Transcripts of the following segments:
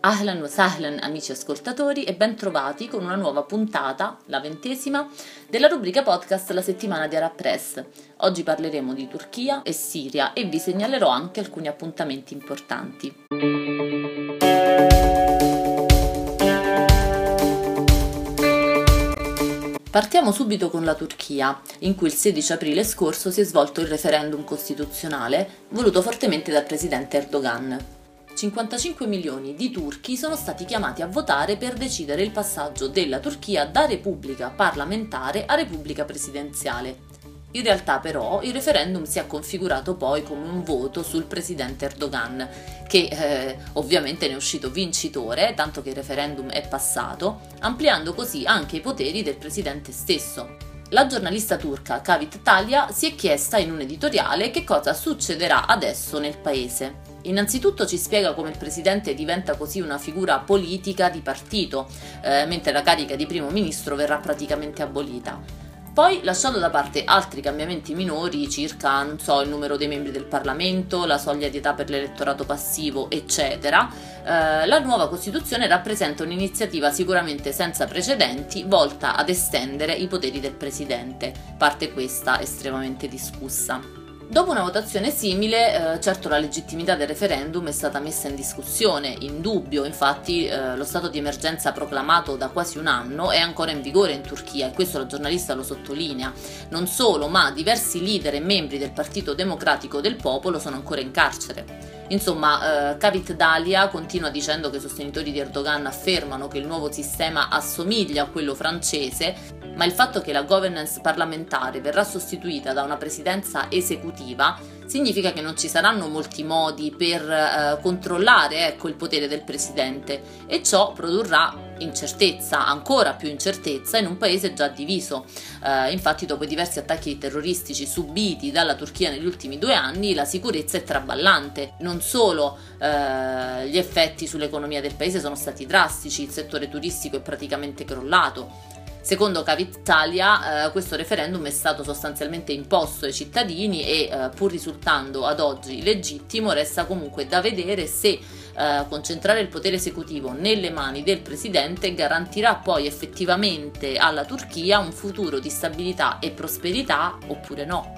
Ahlan wa sahlan amici ascoltatori e ben trovati con una nuova puntata, la 20ª, della rubrica podcast La settimana di Arab Press. Oggi parleremo di Turchia e Siria e vi segnalerò anche alcuni appuntamenti importanti. Partiamo subito con la Turchia, in cui il 16 aprile scorso si è svolto il referendum costituzionale voluto fortemente dal presidente Erdogan. 55 milioni di turchi sono stati chiamati a votare per decidere il passaggio della Turchia da repubblica parlamentare a repubblica presidenziale. In realtà però il referendum si è configurato poi come un voto sul presidente Erdogan, che ovviamente ne è uscito vincitore, tanto che il referendum è passato, ampliando così anche i poteri del presidente stesso. La giornalista turca Kavit Talia si è chiesta in un editoriale che cosa succederà adesso nel paese. Innanzitutto ci spiega come il presidente diventa così una figura politica di partito, mentre la carica di primo ministro verrà praticamente abolita. Poi, lasciando da parte altri cambiamenti minori, circa, il numero dei membri del Parlamento, la soglia di età per l'elettorato passivo, eccetera, la nuova Costituzione rappresenta un'iniziativa sicuramente senza precedenti, volta ad estendere i poteri del presidente, parte questa estremamente discussa. Dopo una votazione simile, certo la legittimità del referendum è stata messa in discussione, in dubbio, infatti lo stato di emergenza proclamato da quasi un anno è ancora in vigore in Turchia e questo la giornalista lo sottolinea. Non solo, ma diversi leader e membri del Partito Democratico del Popolo sono ancora in carcere. Insomma, Kavit Dalia continua dicendo che i sostenitori di Erdogan affermano che il nuovo sistema assomiglia a quello francese, ma il fatto che la governance parlamentare verrà sostituita da una presidenza esecutiva significa che non ci saranno molti modi per controllare il potere del presidente e ciò produrrà incertezza, ancora più incertezza in un paese già diviso. Infatti dopo i diversi attacchi terroristici subiti dalla Turchia negli ultimi 2 anni la sicurezza è traballante. Non solo gli effetti sull'economia del paese sono stati drastici, il settore turistico è praticamente crollato. Secondo Kavit Talia, questo referendum è stato sostanzialmente imposto ai cittadini e pur risultando ad oggi legittimo resta comunque da vedere se concentrare il potere esecutivo nelle mani del presidente garantirà poi effettivamente alla Turchia un futuro di stabilità e prosperità oppure no.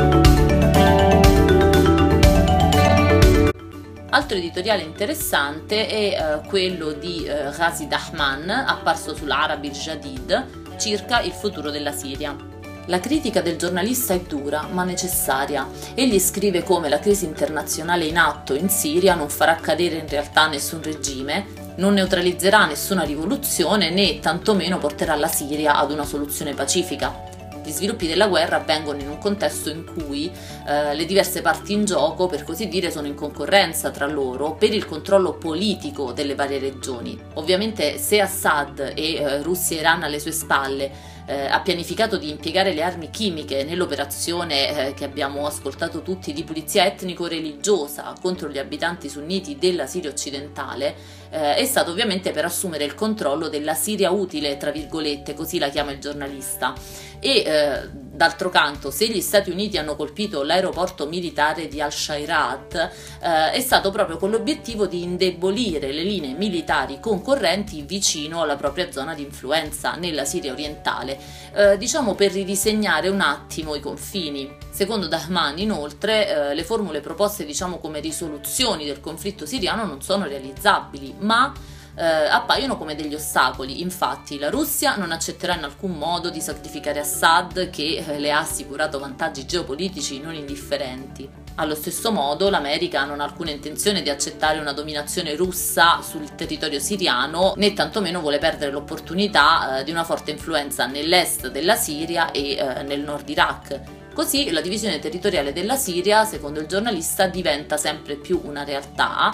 Altro editoriale interessante è quello di Ghazi Dahman, apparso sull'Arabi Jadid, circa il futuro della Siria. La critica del giornalista è dura, ma necessaria. Egli scrive come la crisi internazionale in atto in Siria non farà cadere in realtà nessun regime, non neutralizzerà nessuna rivoluzione né tantomeno porterà la Siria ad una soluzione pacifica. Gli sviluppi della guerra avvengono in un contesto in cui le diverse parti in gioco, per così dire, sono in concorrenza tra loro per il controllo politico delle varie regioni. Ovviamente se Assad e Russia e Iran alle sue spalle ha pianificato di impiegare le armi chimiche nell'operazione che abbiamo ascoltato tutti di pulizia etnico-religiosa contro gli abitanti sunniti della Siria occidentale, è stato ovviamente per assumere il controllo della Siria utile, tra virgolette, così la chiama il giornalista. E d'altro canto, se gli Stati Uniti hanno colpito l'aeroporto militare di Al-Shairat, è stato proprio con l'obiettivo di indebolire le linee militari concorrenti vicino alla propria zona di influenza nella Siria orientale, diciamo per ridisegnare un attimo i confini. Secondo Dahman, inoltre, le formule proposte come risoluzioni del conflitto siriano non sono realizzabili, ma appaiono come degli ostacoli. Infatti la Russia non accetterà in alcun modo di sacrificare Assad, che le ha assicurato vantaggi geopolitici non indifferenti. Allo stesso modo l'America non ha alcuna intenzione di accettare una dominazione russa sul territorio siriano, né tantomeno vuole perdere l'opportunità di una forte influenza nell'est della Siria e nel nord Iraq. Così la divisione territoriale della Siria, secondo il giornalista, diventa sempre più una realtà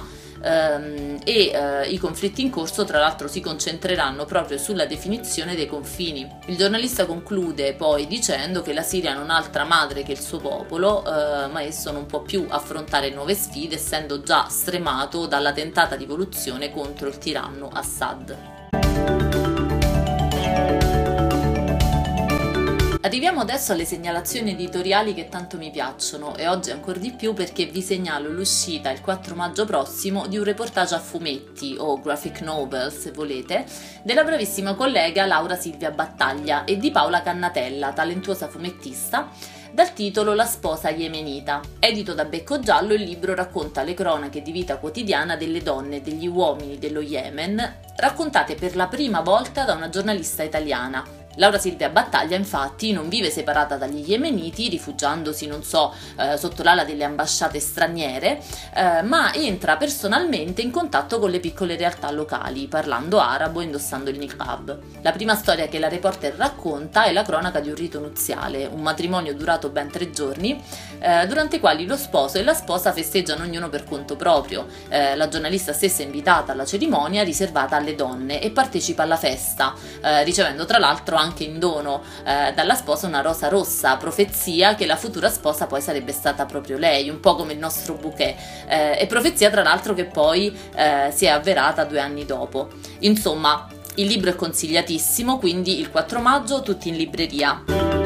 e i conflitti in corso tra l'altro si concentreranno proprio sulla definizione dei confini. Il giornalista conclude poi dicendo che la Siria non ha altra madre che il suo popolo, ma esso non può più affrontare nuove sfide essendo già stremato dalla tentata rivoluzione contro il tiranno Assad. Ad Arriviamo adesso alle segnalazioni editoriali che tanto mi piacciono e oggi ancora di più perché vi segnalo l'uscita il 4 maggio prossimo di un reportage a fumetti o graphic novel se volete, della bravissima collega Laura Silvia Battaglia e di Paola Cannatella, talentuosa fumettista, dal titolo La sposa yemenita. Edito da Becco Giallo, il libro racconta le cronache di vita quotidiana delle donne e degli uomini dello Yemen, raccontate per la prima volta da una giornalista italiana. Laura Silvia Battaglia infatti non vive separata dagli yemeniti, rifugiandosi sotto l'ala delle ambasciate straniere, ma entra personalmente in contatto con le piccole realtà locali, parlando arabo e indossando il niqab. La prima storia che la reporter racconta è la cronaca di un rito nuziale, un matrimonio durato ben 3 giorni, durante i quali lo sposo e la sposa festeggiano ognuno per conto proprio. La giornalista stessa è invitata alla cerimonia riservata alle donne e partecipa alla festa, ricevendo tra l'altro anche in dono dalla sposa una rosa rossa, profezia che la futura sposa poi sarebbe stata proprio lei, un po' come il nostro bouquet, e profezia tra l'altro che poi si è avverata 2 anni dopo. Insomma, il libro è consigliatissimo, quindi il 4 maggio tutti in libreria.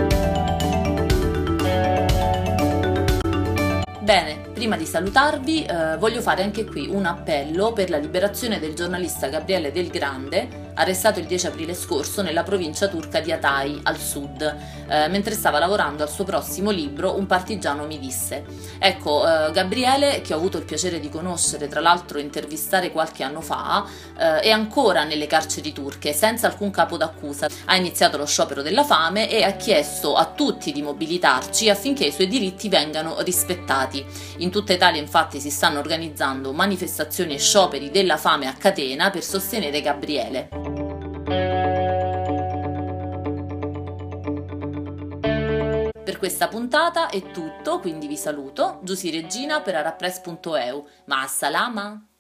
Bene, prima di salutarvi voglio fare anche qui un appello per la liberazione del giornalista Gabriele Del Grande, arrestato il 10 aprile scorso nella provincia turca di Hatay, al sud, mentre stava lavorando al suo prossimo libro Un partigiano mi disse. Ecco, Gabriele, che ho avuto il piacere di conoscere, tra l'altro intervistare qualche anno fa, è ancora nelle carceri turche, senza alcun capo d'accusa. Ha iniziato lo sciopero della fame e ha chiesto a tutti di mobilitarci affinché i suoi diritti vengano rispettati. In tutta Italia infatti si stanno organizzando manifestazioni e scioperi della fame a catena per sostenere Gabriele. Per questa puntata è tutto, quindi vi saluto. Giusy Regina per arapress.eu. Ma salama!